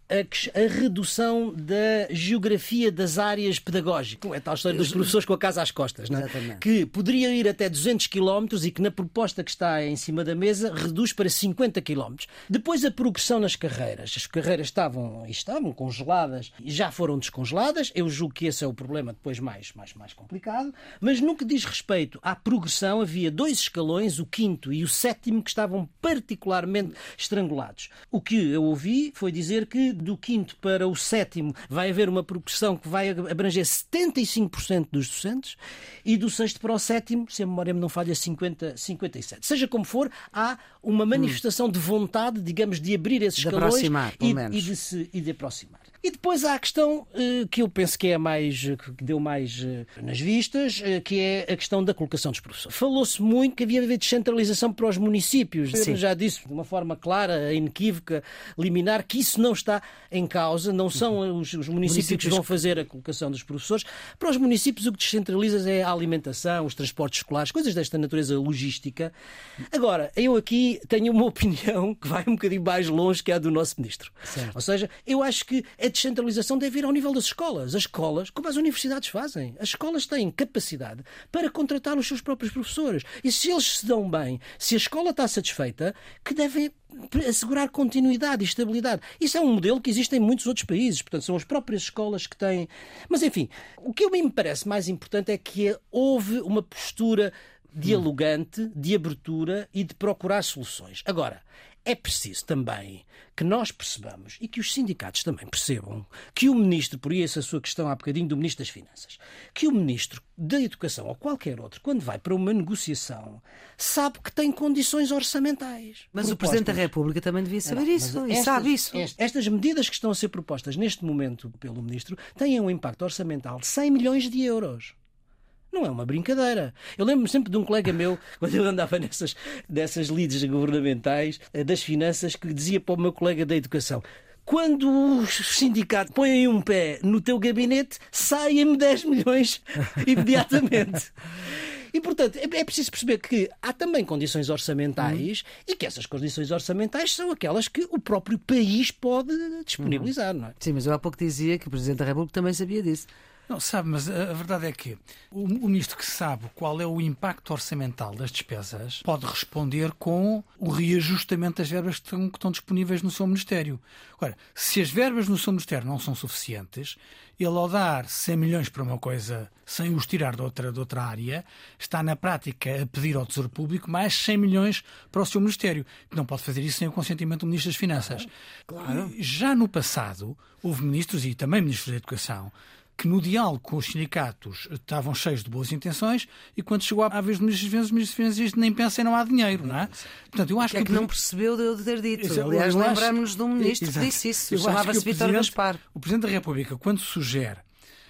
[SPEAKER 2] a, a redução da geografia das áreas pedagógicas. É tal história dos professores com a casa às costas, não é? Que poderiam ir até duzentos quilómetros e que na proposta que está em cima da mesa reduz para cinquenta quilómetros. Depois a progressão nas carreiras. As carreiras estavam, estavam congeladas e já foram descongeladas. Eu julgo que esse é o problema depois mais, mais, mais complicado. Mas no que diz respeito à progressão, havia dois escalões, o quinto e o sétimo, que estavam particularmente estrangulados. O que eu ouvi foi dizer que do quinto para o sétimo vai haver uma progressão que vai abranger setenta e cinco por cento dos docentes e do sexto para o sétimo, se a memória me não falha, cinquenta, cinquenta e sete. Seja como for, há uma manifestação hum. de vontade, digamos, de abrir esses
[SPEAKER 1] de
[SPEAKER 2] escalões
[SPEAKER 1] e,
[SPEAKER 2] e, de se, e de aproximar. E depois há a questão uh, que eu penso que é a mais, que deu mais uh, nas vistas, uh, que é a questão da colocação dos professores. Falou-se muito que havia de haver descentralização para os municípios. Sim. Eu já disse de uma forma clara, inequívoca, liminar, que isso não está em causa, não são os, os municípios, municípios que vão fazer a colocação dos professores. Para os municípios o que descentraliza é a alimentação, os transportes escolares, coisas desta natureza logística. Agora, eu aqui tenho uma opinião que vai um bocadinho mais longe que a do nosso ministro. Certo. Ou seja, eu acho que a descentralização deve ir ao nível das escolas. As escolas, como as universidades fazem, as escolas têm capacidade para contratar os seus próprios professores. E se eles se dão bem, se a escola está satisfeita, que devem assegurar continuidade e estabilidade. Isso é um modelo que existe em muitos outros países. Portanto, são as próprias escolas que têm... Mas, enfim, o que a mim me parece mais importante é que houve uma postura dialogante, de abertura e de procurar soluções. Agora, é preciso também que nós percebamos e que os sindicatos também percebam que o ministro, por isso a sua questão há bocadinho do ministro das Finanças, que o ministro da Educação ou qualquer outro, quando vai para uma negociação, sabe que tem condições orçamentais.
[SPEAKER 1] Mas
[SPEAKER 2] propostas.
[SPEAKER 1] O Presidente da República também devia saber não, isso e
[SPEAKER 2] estas,
[SPEAKER 1] sabe isso.
[SPEAKER 2] Estas medidas que estão a ser propostas neste momento pelo ministro têm um impacto orçamental de cem milhões de euros. Não é uma brincadeira. Eu lembro-me sempre de um colega meu, quando eu andava nessas, nessas lides governamentais das finanças, que dizia para o meu colega da Educação: quando os sindicatos põem um pé no teu gabinete, saem-me dez milhões imediatamente. E, portanto, é preciso perceber que há também condições orçamentais uhum. e que essas condições orçamentais são aquelas que o próprio país pode disponibilizar. Uhum. Não é?
[SPEAKER 1] Sim, mas eu há pouco dizia que o Presidente da República também sabia disso.
[SPEAKER 3] Não, sabe, mas a verdade é que o, o ministro que sabe qual é o impacto orçamental das despesas pode responder com o reajustamento das verbas que estão, que estão disponíveis no seu Ministério. Agora, se as verbas no seu Ministério não são suficientes, ele ao dar cem milhões para uma coisa sem os tirar de outra, de outra área, está na prática a pedir ao Tesouro Público mais cem milhões para o seu Ministério. Não pode fazer isso sem o consentimento do Ministro das Finanças. Claro. Já no passado, houve ministros e também ministros da Educação que no diálogo com os sindicatos estavam cheios de boas intenções e quando chegou à vez do Ministro das Finanças, o Ministro das Finanças nem pensa e não há dinheiro, não é?
[SPEAKER 1] Portanto, eu acho que, é que, que não percebeu de eu ter dito. Isso, aliás, lembramos-nos de um ministro Exato. que disse isso. Chamava-se Vítor Gaspar.
[SPEAKER 3] O Presidente da República, quando sugere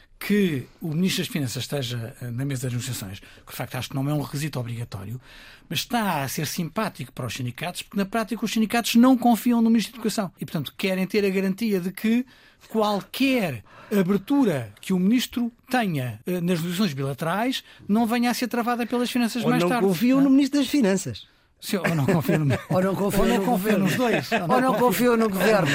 [SPEAKER 3] que o Ministro das Finanças esteja na mesa das negociações, que de facto acho que não é um requisito obrigatório, mas está a ser simpático para os sindicatos, porque na prática os sindicatos não confiam no Ministro da Educação e, portanto, querem ter a garantia de que qualquer abertura que o Ministro tenha nas negociações bilaterais não venha a ser travada pelas finanças
[SPEAKER 2] ou
[SPEAKER 3] mais
[SPEAKER 2] não
[SPEAKER 3] tarde.
[SPEAKER 2] Confiam
[SPEAKER 3] não?
[SPEAKER 2] no Ministro das Finanças.
[SPEAKER 3] Sim, ou não confiam no...
[SPEAKER 1] ou não confiam
[SPEAKER 3] ou não
[SPEAKER 1] no
[SPEAKER 3] confio nos dois.
[SPEAKER 1] Ou não, ou não confiam no Governo.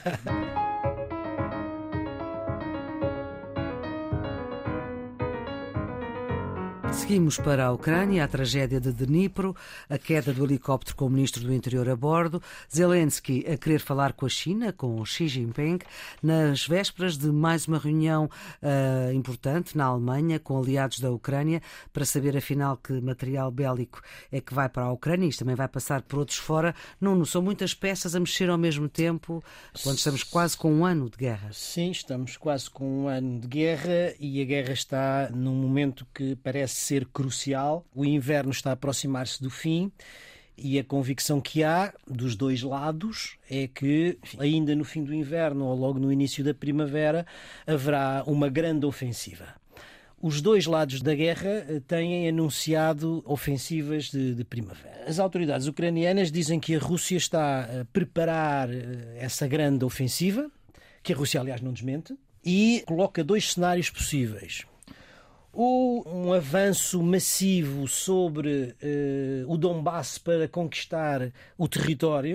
[SPEAKER 1] Seguimos para a Ucrânia, a tragédia de Dnipro, a queda do helicóptero com o Ministro do Interior a bordo, Zelensky a querer falar com a China, com Xi Jinping, nas vésperas de mais uma reunião uh, importante na Alemanha com aliados da Ucrânia para saber afinal que material bélico é que vai para a Ucrânia. Isto também vai passar por outros fora. Não, são muitas peças a mexer ao mesmo tempo, quando estamos quase com um ano de guerra.
[SPEAKER 2] Sim, estamos quase com um ano de guerra e a guerra está num momento que parece ser crucial. O inverno está a aproximar-se do fim e a convicção que há dos dois lados é que, enfim, ainda no fim do inverno ou logo no início da primavera, haverá uma grande ofensiva. Os dois lados da guerra têm anunciado ofensivas de, de primavera. As autoridades ucranianas dizem que a Rússia está a preparar essa grande ofensiva, que a Rússia, aliás, não desmente, e coloca dois cenários possíveis. Ou um avanço massivo sobre uh, o Donbass para conquistar o território,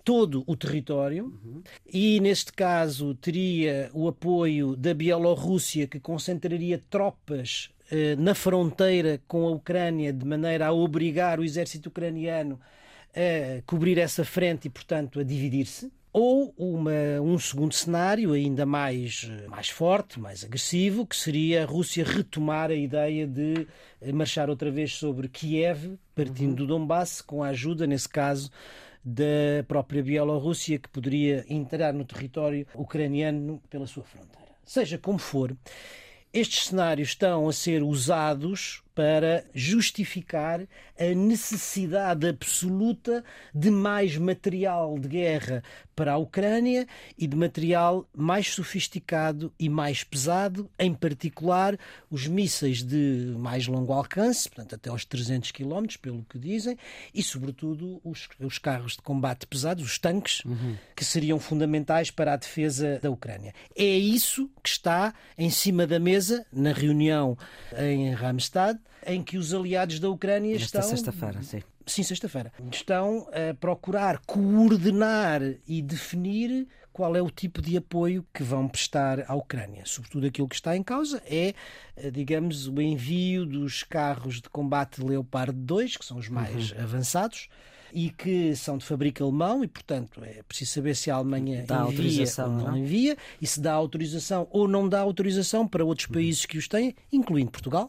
[SPEAKER 2] todo o território, uhum. e neste caso teria o apoio da Bielorrússia, que concentraria tropas eh, na fronteira com a Ucrânia, de maneira a obrigar o exército ucraniano a cobrir essa frente e, portanto, a dividir-se. Ou uma, um segundo cenário ainda mais, mais forte, mais agressivo, que seria a Rússia retomar a ideia de marchar outra vez sobre Kiev, partindo uhum. do Donbass, com a ajuda, nesse caso, da própria Bielorrússia, que poderia entrar no território ucraniano pela sua fronteira. Seja como for, estes cenários estão a ser usados para justificar a necessidade absoluta de mais material de guerra para a Ucrânia e de material mais sofisticado e mais pesado, em particular os mísseis de mais longo alcance, portanto até aos trezentos quilómetros, pelo que dizem, e sobretudo os, os carros de combate pesados, os tanques, uhum. que seriam fundamentais para a defesa da Ucrânia. É isso que está em cima da mesa na reunião em Ramstad, em que os aliados da Ucrânia
[SPEAKER 1] Esta
[SPEAKER 2] estão...
[SPEAKER 1] sexta-feira, sim.
[SPEAKER 2] Sim, sexta-feira. Estão a procurar coordenar e definir qual é o tipo de apoio que vão prestar à Ucrânia. Sobretudo aquilo que está em causa é, digamos, o envio dos carros de combate Leopard dois, que são os mais uhum. avançados, e que são de fabrico alemão e, portanto, é preciso saber se a Alemanha
[SPEAKER 1] dá
[SPEAKER 2] envia
[SPEAKER 1] autorização,
[SPEAKER 2] ou não,
[SPEAKER 1] não
[SPEAKER 2] envia, e se dá autorização ou não dá autorização para outros países que os têm, incluindo Portugal.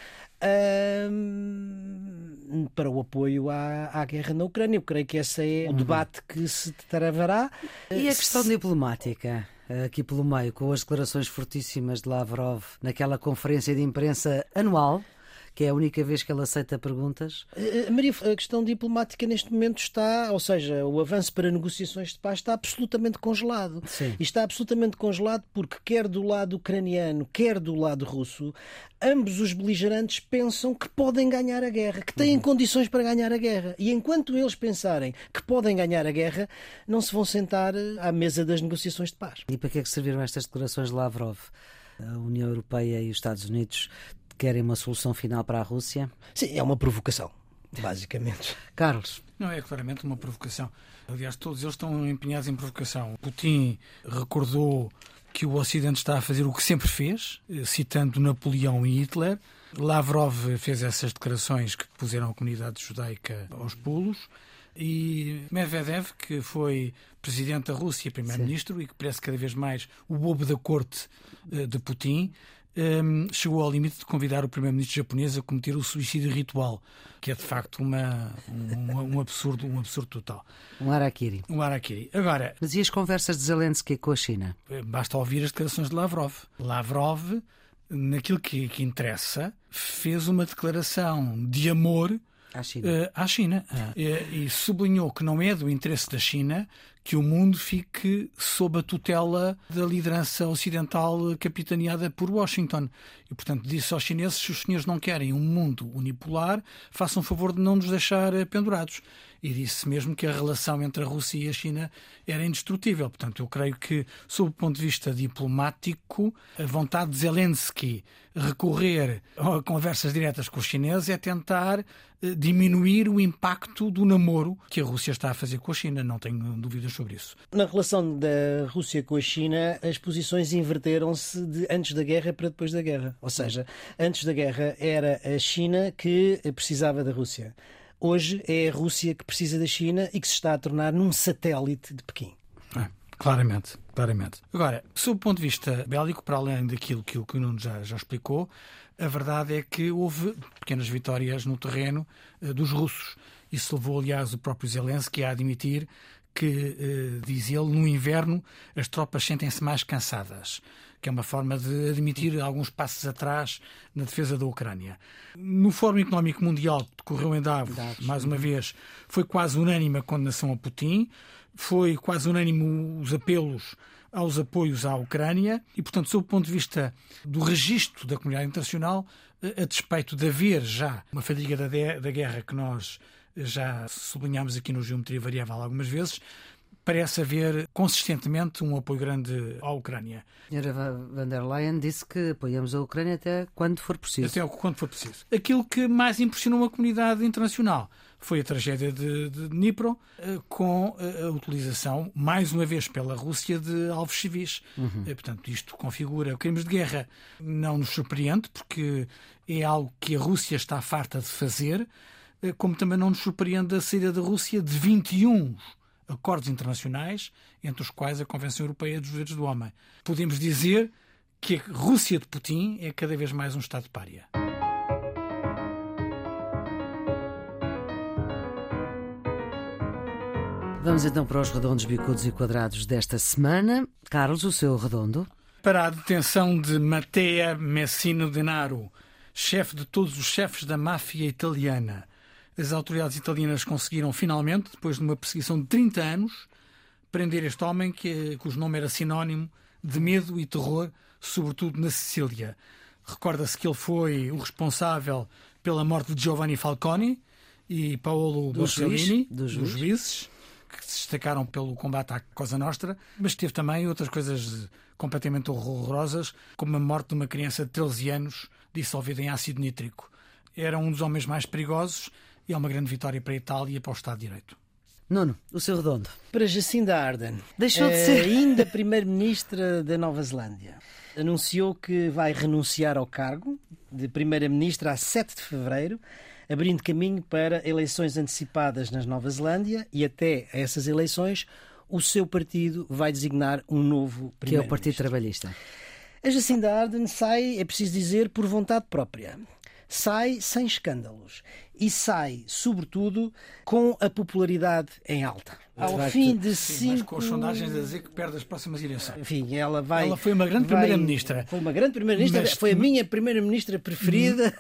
[SPEAKER 2] Um, para o apoio à, à guerra na Ucrânia. Eu creio que esse é o debate que se travará.
[SPEAKER 1] E a questão diplomática, aqui pelo meio, com as declarações fortíssimas de Lavrov naquela conferência de imprensa anual, que é a única vez que ele aceita perguntas.
[SPEAKER 2] Maria, a questão diplomática neste momento está, ou seja, o avanço para negociações de paz está absolutamente congelado.
[SPEAKER 1] Sim.
[SPEAKER 2] E está absolutamente congelado porque quer do lado ucraniano, quer do lado russo, ambos os beligerantes pensam que podem ganhar a guerra, que têm uhum. condições para ganhar a guerra. E enquanto eles pensarem que podem ganhar a guerra, não se vão sentar à mesa das negociações de paz.
[SPEAKER 1] E para que é que serviram estas declarações de Lavrov? A União Europeia e os Estados Unidos querem uma solução final para a Rússia?
[SPEAKER 2] Sim, é uma provocação, basicamente.
[SPEAKER 1] Carlos?
[SPEAKER 3] Não, é claramente uma provocação. Aliás, todos eles estão empenhados em provocação. Putin recordou que o Ocidente está a fazer o que sempre fez, citando Napoleão e Hitler. Lavrov fez essas declarações que puseram a comunidade judaica aos pulos. E Medvedev, que foi presidente da Rússia, primeiro-ministro, e que parece cada vez mais o bobo da corte de Putin, Um, chegou ao limite de convidar o primeiro-ministro japonês a cometer o suicídio ritual, que é de facto uma, um, um, absurdo, um absurdo total.
[SPEAKER 1] Um harakiri.
[SPEAKER 3] Um harakiri. Agora,
[SPEAKER 1] mas e as conversas de Zelensky com a China?
[SPEAKER 3] Basta ouvir as declarações de Lavrov. Lavrov, naquilo que, que interessa, fez uma declaração de amor
[SPEAKER 1] à China,
[SPEAKER 3] uh, à China. Uh, e, e sublinhou que não é do interesse da China que o mundo fique sob a tutela da liderança ocidental capitaneada por Washington. E, portanto, disse aos chineses: se os senhores não querem um mundo unipolar, façam favor de não nos deixar pendurados. E disse mesmo que a relação entre a Rússia e a China era indestrutível. Portanto, eu creio que, sob o ponto de vista diplomático, a vontade de Zelensky recorrer a conversas diretas com os chineses é tentar diminuir o impacto do namoro que a Rússia está a fazer com a China. Não tenho dúvidas sobre isso.
[SPEAKER 2] Na relação da Rússia com a China, as posições inverteram-se de antes da guerra para depois da guerra. Ou seja, antes da guerra era a China que precisava da Rússia. Hoje é a Rússia que precisa da China e que se está a tornar num satélite de Pequim.
[SPEAKER 3] É, claramente, claramente. Agora, sob o ponto de vista bélico, para além daquilo que o Nuno já, já explicou, a verdade é que houve pequenas vitórias no terreno uh, dos russos. Isso levou, aliás, o próprio Zelensky a admitir que, uh, diz ele, no inverno as tropas sentem-se mais cansadas, que é uma forma de admitir alguns passos atrás na defesa da Ucrânia. No Fórum Económico Mundial, que decorreu em Davos, Davos, mais uma vez, foi quase unânime a condenação a Putin, foi quase unânime os apelos aos apoios à Ucrânia e, portanto, sob o ponto de vista do registro da comunidade internacional, a despeito de haver já uma fadiga da, de, da guerra que nós já sublinhámos aqui no Geometria Variável algumas vezes, parece haver consistentemente um apoio grande à Ucrânia.
[SPEAKER 1] A senhora van der Leyen disse que apoiamos a Ucrânia até quando for preciso.
[SPEAKER 3] Até quando for preciso. Aquilo que mais impressionou a comunidade internacional foi a tragédia de, de Dnipro, com a utilização, mais uma vez, pela Rússia de alvos civis. Uhum. Portanto, isto configura crimes de guerra. Não nos surpreende, porque é algo que a Rússia está farta de fazer, como também não nos surpreende a saída da Rússia de vinte e um acordos internacionais, entre os quais a Convenção Europeia dos Direitos do Homem. Podemos dizer que a Rússia de Putin é cada vez mais um Estado pária.
[SPEAKER 1] Vamos então para os redondos, bicudos e quadrados desta semana. Carlos, o seu redondo?
[SPEAKER 3] Para a detenção de Matteo Messina Denaro, chefe de todos os chefes da máfia italiana. As autoridades italianas conseguiram finalmente, depois de uma perseguição de trinta anos, prender este homem que, cujo nome era sinónimo de medo e terror, sobretudo na Sicília. Recorda-se que ele foi o responsável pela morte de Giovanni Falcone e Paolo Borsellino, dos juízes, que se destacaram pelo combate à Cosa Nostra, mas teve também outras coisas completamente horrorosas, como a morte de uma criança de treze anos dissolvida em ácido nítrico. Era um dos homens mais perigosos e é uma grande vitória para a Itália e para o Estado de Direito.
[SPEAKER 1] Nuno, o seu redondo?
[SPEAKER 2] Para Jacinda Ardern,
[SPEAKER 1] deixou de ser
[SPEAKER 2] ainda primeira-ministra da Nova Zelândia. Anunciou que vai renunciar ao cargo de primeira-ministra a sete de fevereiro, abrindo caminho para eleições antecipadas na Nova Zelândia, e até a essas eleições o seu partido vai designar um novo primeiro-ministro.
[SPEAKER 1] Que é o Partido Trabalhista.
[SPEAKER 2] A Jacinda Ardern sai, é preciso dizer, por vontade própria. Sai sem escândalos e sai, sobretudo, com a popularidade em alta. Ao
[SPEAKER 3] vai
[SPEAKER 2] fim
[SPEAKER 3] ter,
[SPEAKER 2] de
[SPEAKER 3] sim,
[SPEAKER 2] cinco...
[SPEAKER 3] Mas com as sondagens a dizer que perde as próximas eleições.
[SPEAKER 2] Enfim, ela vai...
[SPEAKER 3] Ela foi uma grande
[SPEAKER 2] vai,
[SPEAKER 3] primeira-ministra.
[SPEAKER 2] Foi uma grande primeira-ministra.
[SPEAKER 3] Mas...
[SPEAKER 2] Foi a minha primeira-ministra preferida.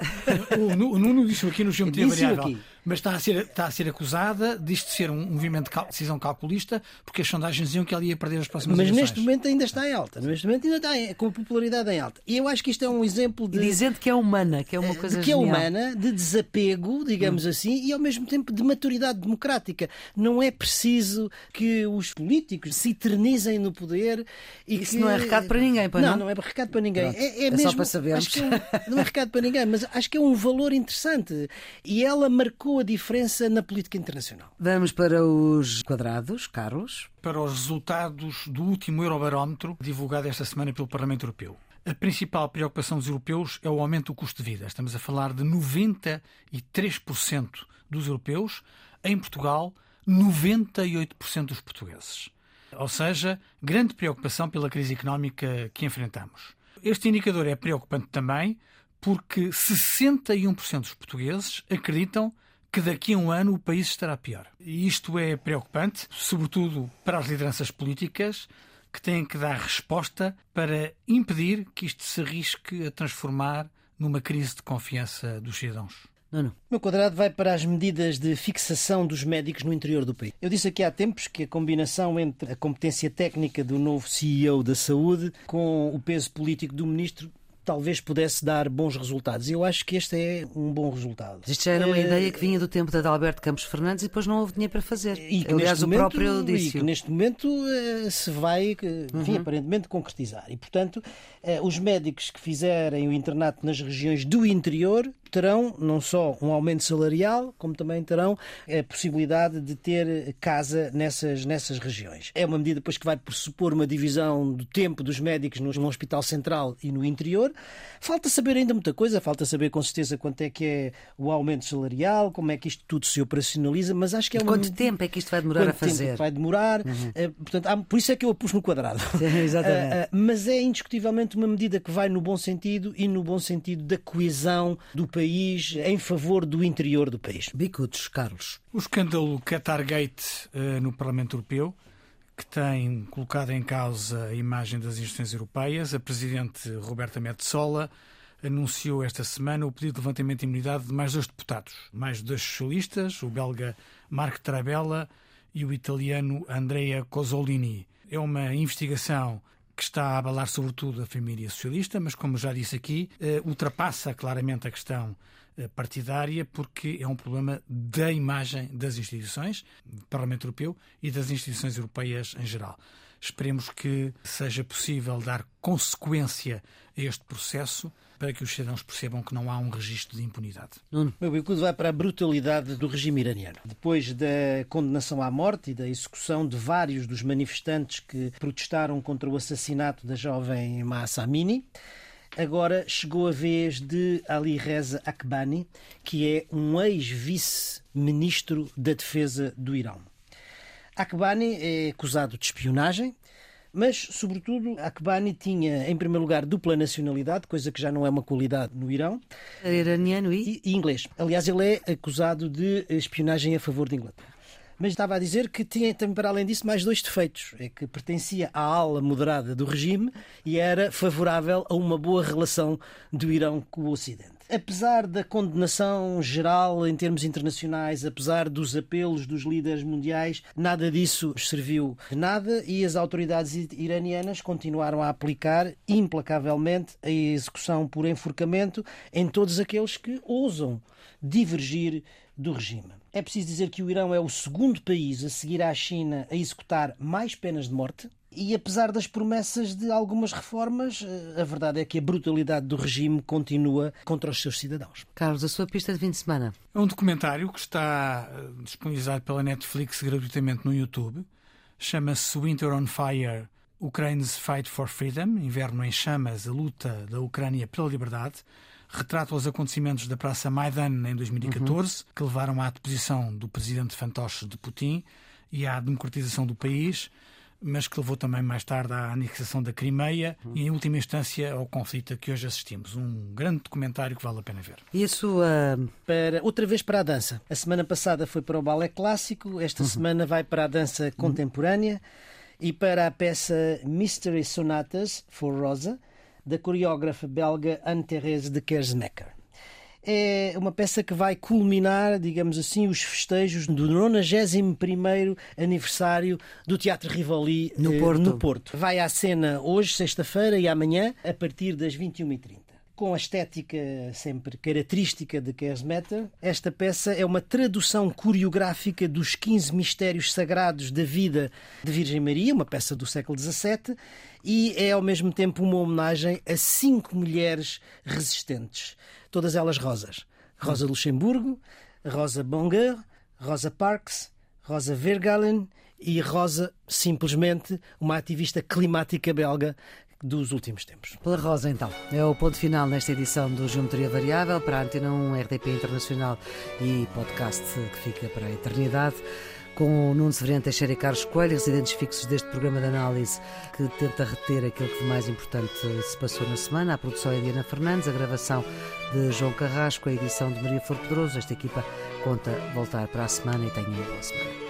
[SPEAKER 3] O Nuno disse aqui no Geometria Variável.
[SPEAKER 2] Aqui.
[SPEAKER 3] Mas está a ser, está a ser acusada disto ser um movimento de cal, decisão calculista, porque as sondagens diziam que ela ia perder as próximas
[SPEAKER 2] Mas
[SPEAKER 3] eleições.
[SPEAKER 2] neste momento ainda está em alta. Neste momento ainda está em, com popularidade em alta. E eu acho que isto é um exemplo de...
[SPEAKER 1] E dizendo que é humana, que é uma coisa
[SPEAKER 2] de que
[SPEAKER 1] genial.
[SPEAKER 2] é humana, de desapego, digamos hum. assim, e ao mesmo tempo de maturidade democrática. Não é preciso que os políticos se eternizem no poder. E
[SPEAKER 1] Isso
[SPEAKER 2] que...
[SPEAKER 1] não é recado para ninguém, para
[SPEAKER 2] não?
[SPEAKER 1] Não,
[SPEAKER 2] não é recado para ninguém.
[SPEAKER 1] Pronto,
[SPEAKER 2] é, é,
[SPEAKER 1] é
[SPEAKER 2] mesmo,
[SPEAKER 1] só para sabermos.
[SPEAKER 2] Acho que é um, não é recado para ninguém, mas acho que é um valor interessante. E ela marcou a diferença na política internacional.
[SPEAKER 1] Vamos para os quadrados, Carlos.
[SPEAKER 3] Para os resultados do último Eurobarómetro, divulgado esta semana pelo Parlamento Europeu. A principal preocupação dos europeus é o aumento do custo de vida. Estamos a falar de noventa e três por cento dos europeus. Em Portugal, noventa e oito por cento dos portugueses. Ou seja, grande preocupação pela crise económica que enfrentamos. Este indicador é preocupante também porque sessenta e um por cento dos portugueses acreditam que daqui a um ano o país estará pior. E isto é preocupante, sobretudo para as lideranças políticas, que têm que dar resposta para impedir que isto se arrisque a transformar numa crise de confiança dos cidadãos.
[SPEAKER 2] Não, não. O meu quadrado vai para as medidas de fixação dos médicos no interior do país. Eu disse aqui há tempos que a combinação entre a competência técnica do novo C E O da Saúde com o peso político do ministro talvez pudesse dar bons resultados. E eu acho que este é um bom resultado.
[SPEAKER 1] Isto já era uma
[SPEAKER 2] é...
[SPEAKER 1] ideia que vinha do tempo de Adalberto Campos Fernandes e depois não houve dinheiro para fazer.
[SPEAKER 2] E que
[SPEAKER 1] Aliás, o
[SPEAKER 2] momento,
[SPEAKER 1] próprio disse.
[SPEAKER 2] E que neste momento uh, se vai, enfim, uhum. aparentemente concretizar. E, portanto, uh, os médicos que fizerem o internato nas regiões do interior terão não só um aumento salarial, como também terão a possibilidade de ter casa nessas, nessas regiões. É uma medida depois que vai pressupor uma divisão do tempo dos médicos no, no Hospital Central e no interior. Falta saber ainda muita coisa, falta saber com certeza quanto é que é o aumento salarial, como é que isto tudo se operacionaliza, mas acho que é uma...
[SPEAKER 1] Quanto tempo é que isto vai demorar
[SPEAKER 2] quanto
[SPEAKER 1] a fazer?
[SPEAKER 2] Tempo vai demorar,
[SPEAKER 1] uhum.
[SPEAKER 2] uh, portanto, há, por isso é que eu a pus no quadrado.
[SPEAKER 1] Sim, exatamente.
[SPEAKER 2] Uh, uh, mas é indiscutivelmente uma medida que vai no bom sentido e no bom sentido da coesão do país em favor do interior do país.
[SPEAKER 1] Bicudos, Carlos.
[SPEAKER 3] O escândalo Qatargate uh, no Parlamento Europeu, que tem colocado em causa a imagem das instituições europeias. A Presidente Roberta Metsola anunciou esta semana o pedido de levantamento de imunidade de mais dois deputados, mais dois socialistas, o belga Marc Tarabella e o italiano Andrea Cozzolini. É uma investigação que está a abalar sobretudo a família socialista, mas como já disse aqui, ultrapassa claramente a questão partidária, porque é um problema da imagem das instituições, do Parlamento Europeu e das instituições europeias em geral. Esperemos que seja possível dar consequência a este processo para que os cidadãos percebam que não há um registro de impunidade.
[SPEAKER 2] Nuno. Meu bicudo vai para a brutalidade do regime iraniano. Depois da condenação à morte e da execução de vários dos manifestantes que protestaram contra o assassinato da jovem Mahsa Amini, agora chegou a vez de Ali Reza Akbani, que é um ex-vice-ministro da Defesa do Irão. Akbani é acusado de espionagem, mas, sobretudo, Akbani tinha, em primeiro lugar, dupla nacionalidade, coisa que já não é uma qualidade no Irão.
[SPEAKER 1] Iraniano e?
[SPEAKER 2] E, e inglês. Aliás, ele é acusado de espionagem a favor de Inglaterra. Mas estava a dizer que tinha também, para além disso, mais dois defeitos. É que pertencia à ala moderada do regime e era favorável a uma boa relação do Irão com o Ocidente. Apesar da condenação geral em termos internacionais, apesar dos apelos dos líderes mundiais, nada disso serviu de nada e as autoridades iranianas continuaram a aplicar implacavelmente a execução por enforcamento em todos aqueles que ousam divergir do regime. É preciso dizer que o Irão é o segundo país a seguir à China a executar mais penas de morte. E apesar das promessas de algumas reformas, a verdade é que a brutalidade do regime continua contra os seus cidadãos.
[SPEAKER 1] Carlos, a sua pista de fim de semana?
[SPEAKER 3] É um documentário que está disponibilizado pela Netflix gratuitamente no YouTube. Chama-se Winter on Fire, Ukraine's Fight for Freedom, Inverno em Chamas, a luta da Ucrânia pela liberdade. Retrata os acontecimentos da Praça Maidan em dois mil e catorze, uhum. que levaram à deposição do presidente fantoche de Putin e à democratização do país, mas que levou também mais tarde à anexação da Crimeia uhum. e, em última instância, ao conflito a que hoje assistimos. Um grande documentário que vale a pena ver.
[SPEAKER 1] E a sua...
[SPEAKER 2] Para, outra vez para a dança. A semana passada foi para o balé clássico, esta uhum. semana vai para a dança contemporânea uhum. e para a peça Mystery Sonatas for Rosa, da coreógrafa belga Anne-Thérèse de Kersmaker. É uma peça que vai culminar, digamos assim, os festejos do nonagésimo primeiro aniversário do Teatro Rivoli
[SPEAKER 1] no,
[SPEAKER 2] eh,
[SPEAKER 1] Porto.
[SPEAKER 2] no Porto. Vai à cena hoje, sexta-feira, e amanhã, a partir das vinte e uma e trinta. Com a estética sempre característica de Kersmaker, esta peça é uma tradução coreográfica dos quinze mistérios sagrados da vida de Virgem Maria, uma peça do século dezassete, e é ao mesmo tempo uma homenagem a cinco mulheres resistentes, todas elas rosas. Rosa Luxemburgo, Rosa Bonheur, Rosa Parks, Rosa Vergalen e Rosa, simplesmente, uma ativista climática belga dos últimos tempos.
[SPEAKER 1] Pela Rosa, então. É o ponto final nesta edição do Geometria Variável para a Antena um, R D P Internacional e podcast que fica para a eternidade, com o Nuno Severiano Teixeira e Carlos Coelho, residentes fixos deste programa de análise que tenta reter aquilo que de mais importante se passou na semana. A produção é de Diana Fernandes, a gravação de João Carrasco, a edição de Maria Flor Pedroso. Esta equipa conta voltar para a semana e tenha uma boa semana.